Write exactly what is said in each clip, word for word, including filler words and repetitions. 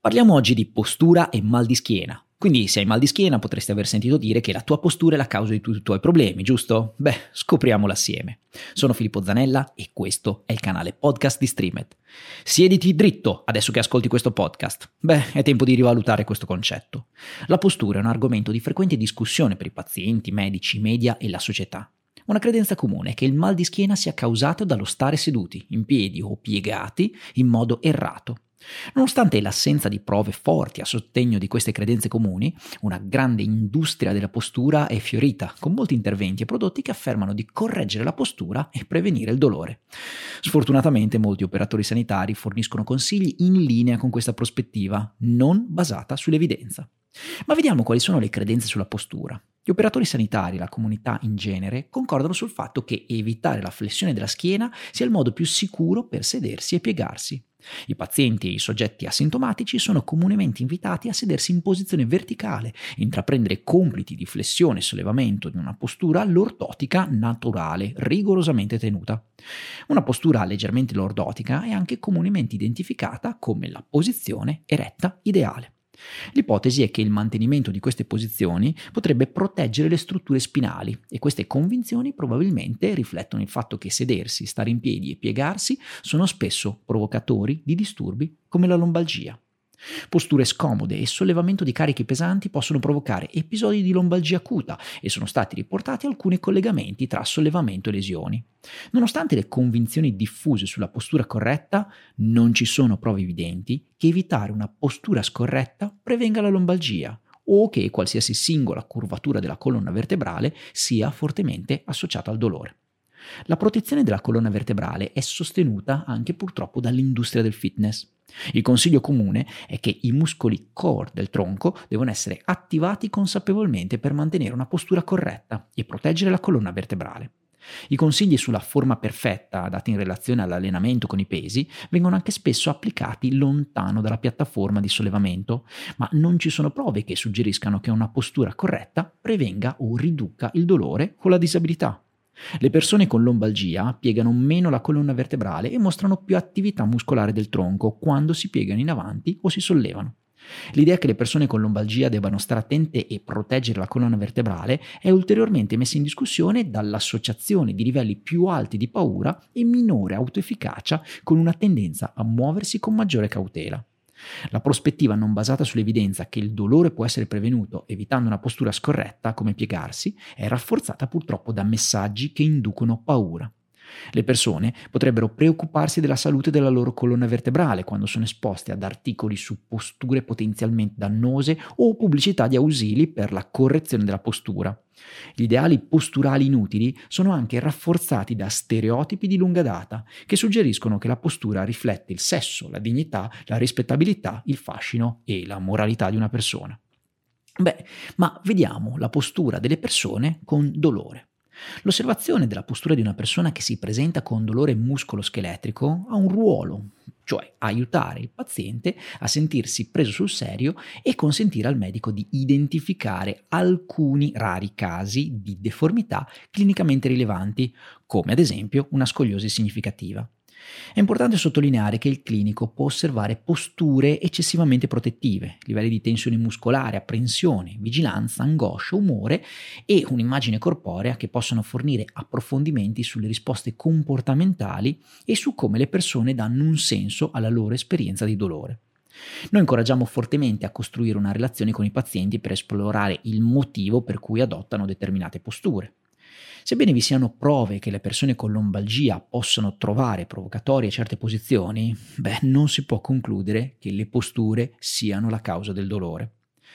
Parliamo oggi di postura e mal di schiena. Quindi se hai mal di schiena potresti aver sentito dire che la tua postura è la causa di tutti i tuoi problemi, giusto? Beh, scopriamolo assieme. Sono Filippo Zanella e questo è il canale podcast di Streamed. Siediti dritto adesso che ascolti questo podcast. Beh, è tempo di rivalutare questo concetto. La postura è un argomento di frequente discussione per i pazienti, medici, media e la società. Una credenza comune è che il mal di schiena sia causato dallo stare seduti, in piedi o piegati in modo errato. Nonostante l'assenza di prove forti a sostegno di queste credenze comuni, una grande industria della postura è fiorita, con molti interventi e prodotti che affermano di correggere la postura e prevenire il dolore. Sfortunatamente molti operatori sanitari forniscono consigli in linea con questa prospettiva, non basata sull'evidenza. Ma vediamo quali sono le credenze sulla postura. Gli operatori sanitari e la comunità in genere concordano sul fatto che evitare la flessione della schiena sia il modo più sicuro per sedersi e piegarsi. I pazienti e i soggetti asintomatici sono comunemente invitati a sedersi in posizione verticale, intraprendere compiti di flessione e sollevamento di una postura lordotica naturale, rigorosamente tenuta. Una postura leggermente lordotica è anche comunemente identificata come la posizione eretta ideale. L'ipotesi è che il mantenimento di queste posizioni potrebbe proteggere le strutture spinali e queste convinzioni probabilmente riflettono il fatto che sedersi, stare in piedi e piegarsi sono spesso provocatori di disturbi come la lombalgia. Posture scomode e sollevamento di carichi pesanti possono provocare episodi di lombalgia acuta e sono stati riportati alcuni collegamenti tra sollevamento e lesioni. Nonostante le convinzioni diffuse sulla postura corretta, non ci sono prove evidenti che evitare una postura scorretta prevenga la lombalgia o che qualsiasi singola curvatura della colonna vertebrale sia fortemente associata al dolore. La protezione della colonna vertebrale è sostenuta anche purtroppo dall'industria del fitness. Il consiglio comune è che i muscoli core del tronco devono essere attivati consapevolmente per mantenere una postura corretta e proteggere la colonna vertebrale. I consigli sulla forma perfetta dati in relazione all'allenamento con i pesi vengono anche spesso applicati lontano dalla piattaforma di sollevamento, ma non ci sono prove che suggeriscano che una postura corretta prevenga o riduca il dolore o la disabilità. Le persone con lombalgia piegano meno la colonna vertebrale e mostrano più attività muscolare del tronco quando si piegano in avanti o si sollevano. L'idea che le persone con lombalgia debbano stare attente e proteggere la colonna vertebrale è ulteriormente messa in discussione dall'associazione di livelli più alti di paura e minore autoefficacia con una tendenza a muoversi con maggiore cautela. La prospettiva non basata sull'evidenza che il dolore può essere prevenuto evitando una postura scorretta, come piegarsi, è rafforzata purtroppo da messaggi che inducono paura. Le persone potrebbero preoccuparsi della salute della loro colonna vertebrale quando sono esposte ad articoli su posture potenzialmente dannose o pubblicità di ausili per la correzione della postura. Gli ideali posturali inutili sono anche rafforzati da stereotipi di lunga data che suggeriscono che la postura riflette il sesso, la dignità, la rispettabilità, il fascino e la moralità di una persona. Beh, ma vediamo la postura delle persone con dolore. L'osservazione della postura di una persona che si presenta con dolore muscoloscheletrico ha un ruolo, cioè aiutare il paziente a sentirsi preso sul serio e consentire al medico di identificare alcuni rari casi di deformità clinicamente rilevanti, come ad esempio una scoliosi significativa. È importante sottolineare che il clinico può osservare posture eccessivamente protettive, livelli di tensione muscolare, apprensione, vigilanza, angoscia, umore e un'immagine corporea che possono fornire approfondimenti sulle risposte comportamentali e su come le persone danno un senso alla loro esperienza di dolore. Noi incoraggiamo fortemente a costruire una relazione con i pazienti per esplorare il motivo per cui adottano determinate posture. Sebbene vi siano prove che le persone con lombalgia possano trovare provocatorie certe posizioni, beh, non si può concludere che le posture siano la causa del dolore.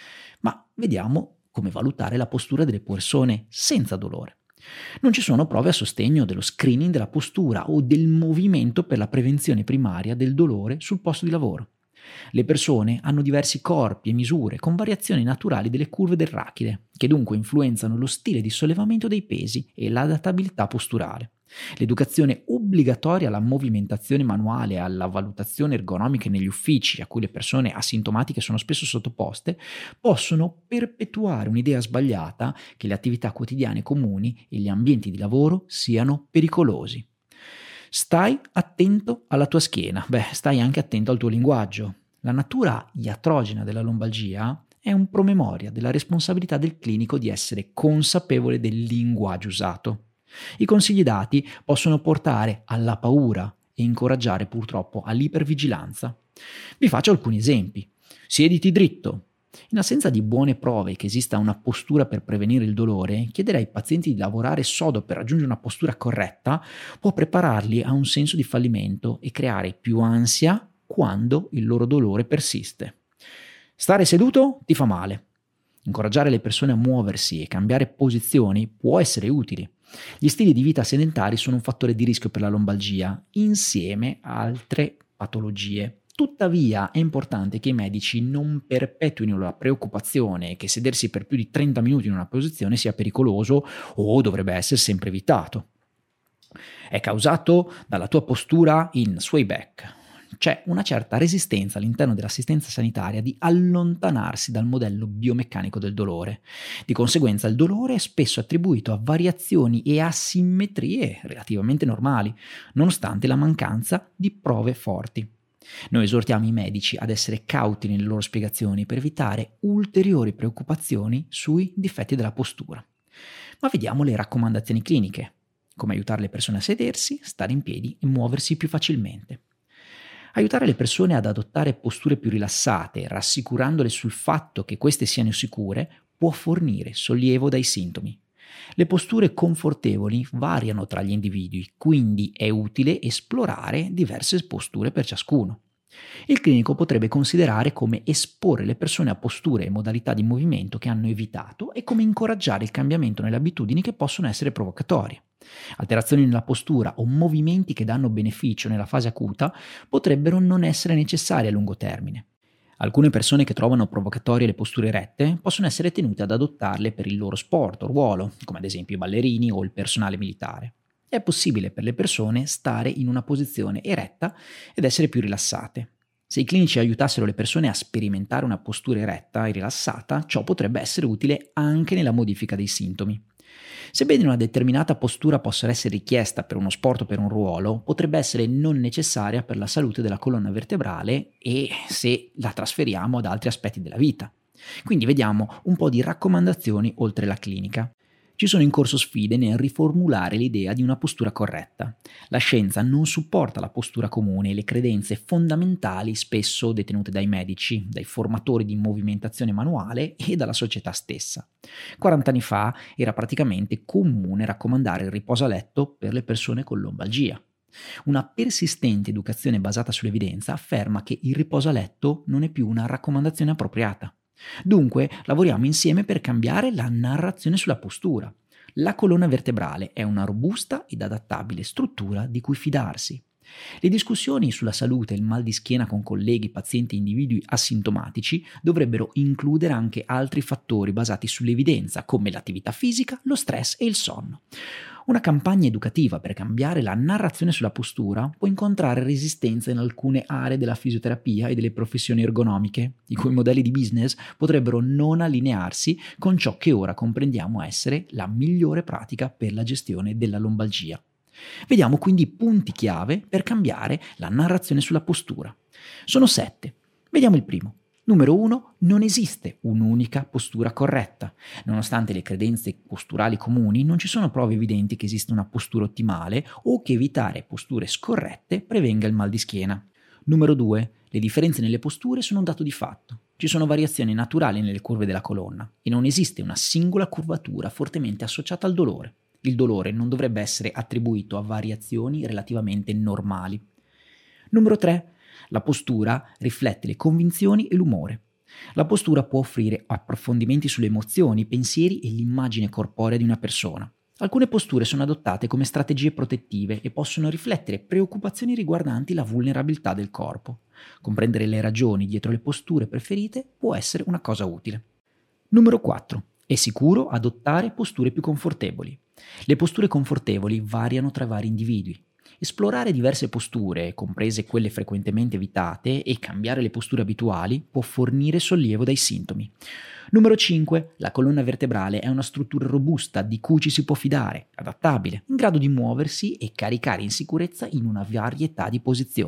Ma vediamo come valutare la postura delle persone senza dolore. Non ci sono prove a sostegno dello screening della postura o del movimento per la prevenzione primaria del dolore sul posto di lavoro. Le persone hanno diversi corpi e misure con variazioni naturali delle curve del rachide, che dunque influenzano lo stile di sollevamento dei pesi e l'adattabilità posturale. L'educazione obbligatoria alla movimentazione manuale e alla valutazione ergonomica negli uffici, a cui le persone asintomatiche sono spesso sottoposte, possono perpetuare un'idea sbagliata che le attività quotidiane comuni e gli ambienti di lavoro siano pericolosi. Stai attento alla tua schiena, beh, stai anche attento al tuo linguaggio. La natura iatrogena della lombalgia è un promemoria della responsabilità del clinico di essere consapevole del linguaggio usato. I consigli dati possono portare alla paura e incoraggiare purtroppo all'ipervigilanza. Vi faccio alcuni esempi. Siediti dritto. In assenza di buone prove che esista una postura per prevenire il dolore, chiedere ai pazienti di lavorare sodo per raggiungere una postura corretta può prepararli a un senso di fallimento e creare più ansia quando il loro dolore persiste. Stare seduto ti fa male. Incoraggiare le persone a muoversi e cambiare posizioni può essere utile. Gli stili di vita sedentari sono un fattore di rischio per la lombalgia, insieme a altre patologie. Tuttavia è importante che i medici non perpetuino la preoccupazione che sedersi per più di trenta minuti in una posizione sia pericoloso o dovrebbe essere sempre evitato. È causato dalla tua postura in sway back. C'è una certa resistenza all'interno dell'assistenza sanitaria di allontanarsi dal modello biomeccanico del dolore. Di conseguenza il dolore è spesso attribuito a variazioni e asimmetrie relativamente normali, nonostante la mancanza di prove forti. Noi esortiamo i medici ad essere cauti nelle loro spiegazioni per evitare ulteriori preoccupazioni sui difetti della postura. Ma vediamo le raccomandazioni cliniche: come aiutare le persone a sedersi, stare in piedi e muoversi più facilmente. Aiutare le persone ad adottare posture più rilassate, rassicurandole sul fatto che queste siano sicure, può fornire sollievo dai sintomi. Le posture confortevoli variano tra gli individui, quindi è utile esplorare diverse posture per ciascuno. Il clinico potrebbe considerare come esporre le persone a posture e modalità di movimento che hanno evitato e come incoraggiare il cambiamento nelle abitudini che possono essere provocatorie. Alterazioni nella postura o movimenti che danno beneficio nella fase acuta potrebbero non essere necessari a lungo termine. Alcune persone che trovano provocatorie le posture erette possono essere tenute ad adottarle per il loro sport o ruolo, come ad esempio i ballerini o il personale militare. È possibile per le persone stare in una posizione eretta ed essere più rilassate. Se i clinici aiutassero le persone a sperimentare una postura eretta e rilassata, ciò potrebbe essere utile anche nella modifica dei sintomi. Sebbene una determinata postura possa essere richiesta per uno sport o per un ruolo, potrebbe essere non necessaria per la salute della colonna vertebrale e se la trasferiamo ad altri aspetti della vita. Quindi vediamo un po' di raccomandazioni oltre la clinica. Ci sono in corso sfide nel riformulare l'idea di una postura corretta. La scienza non supporta la postura comune e le credenze fondamentali spesso detenute dai medici, dai formatori di movimentazione manuale e dalla società stessa. quaranta anni fa era praticamente comune raccomandare il riposo a letto per le persone con lombalgia. Una persistente educazione basata sull'evidenza afferma che il riposo a letto non è più una raccomandazione appropriata. Dunque, lavoriamo insieme per cambiare la narrazione sulla postura. La colonna vertebrale è una robusta ed adattabile struttura di cui fidarsi. Le discussioni sulla salute e il mal di schiena con colleghi, pazienti e individui asintomatici dovrebbero includere anche altri fattori basati sull'evidenza, come l'attività fisica, lo stress e il sonno. Una campagna educativa per cambiare la narrazione sulla postura può incontrare resistenza in alcune aree della fisioterapia e delle professioni ergonomiche, i cui modelli di business potrebbero non allinearsi con ciò che ora comprendiamo essere la migliore pratica per la gestione della lombalgia. Vediamo quindi i punti chiave per cambiare la narrazione sulla postura. Sono sette. Vediamo il primo. Numero uno. Non esiste un'unica postura corretta. Nonostante le credenze posturali comuni, non ci sono prove evidenti che esista una postura ottimale o che evitare posture scorrette prevenga il mal di schiena. Numero due. Le differenze nelle posture sono un dato di fatto. Ci sono variazioni naturali nelle curve della colonna e non esiste una singola curvatura fortemente associata al dolore. Il dolore non dovrebbe essere attribuito a variazioni relativamente normali. Numero tre. La postura riflette le convinzioni e l'umore. La postura può offrire approfondimenti sulle emozioni, i pensieri e l'immagine corporea di una persona. Alcune posture sono adottate come strategie protettive e possono riflettere preoccupazioni riguardanti la vulnerabilità del corpo. Comprendere le ragioni dietro le posture preferite può essere una cosa utile. Numero quattro. È sicuro adottare posture più confortevoli. Le posture confortevoli variano tra vari individui. Esplorare diverse posture, comprese quelle frequentemente evitate, e cambiare le posture abituali può fornire sollievo dai sintomi. Numero cinque. La colonna vertebrale è una struttura robusta di cui ci si può fidare, adattabile, in grado di muoversi e caricare in sicurezza in una varietà di posizioni.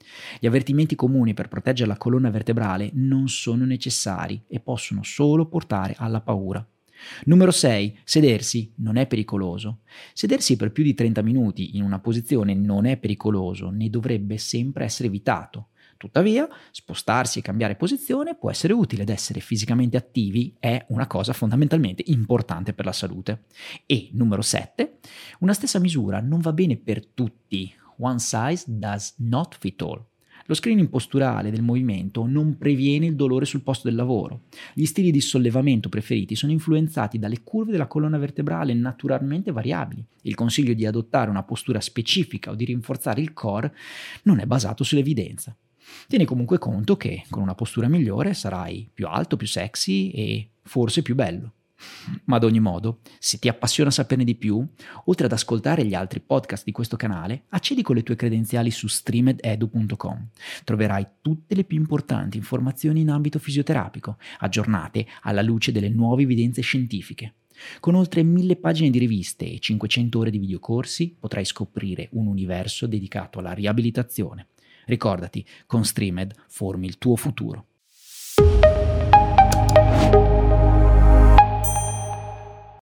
Gli avvertimenti comuni per proteggere la colonna vertebrale non sono necessari e possono solo portare alla paura. Numero sei. Sedersi non è pericoloso. Sedersi per più di trenta minuti in una posizione non è pericoloso, né dovrebbe sempre essere evitato. Tuttavia, spostarsi e cambiare posizione può essere utile ed essere fisicamente attivi è una cosa fondamentalmente importante per la salute. E numero sette. Una stessa misura non va bene per tutti. One size does not fit all. Lo screening posturale del movimento non previene il dolore sul posto del lavoro. Gli stili di sollevamento preferiti sono influenzati dalle curve della colonna vertebrale naturalmente variabili. Il consiglio di adottare una postura specifica o di rinforzare il core non è basato sull'evidenza. Tieni comunque conto che con una postura migliore sarai più alto, più sexy e forse più bello. Ma ad ogni modo, se ti appassiona saperne di più, oltre ad ascoltare gli altri podcast di questo canale, accedi con le tue credenziali su streamed edu punto com. Troverai tutte le più importanti informazioni in ambito fisioterapico, aggiornate alla luce delle nuove evidenze scientifiche. Con oltre mille pagine di riviste e cinquecento ore di videocorsi potrai scoprire un universo dedicato alla riabilitazione. Ricordati, con Streamed formi il tuo futuro.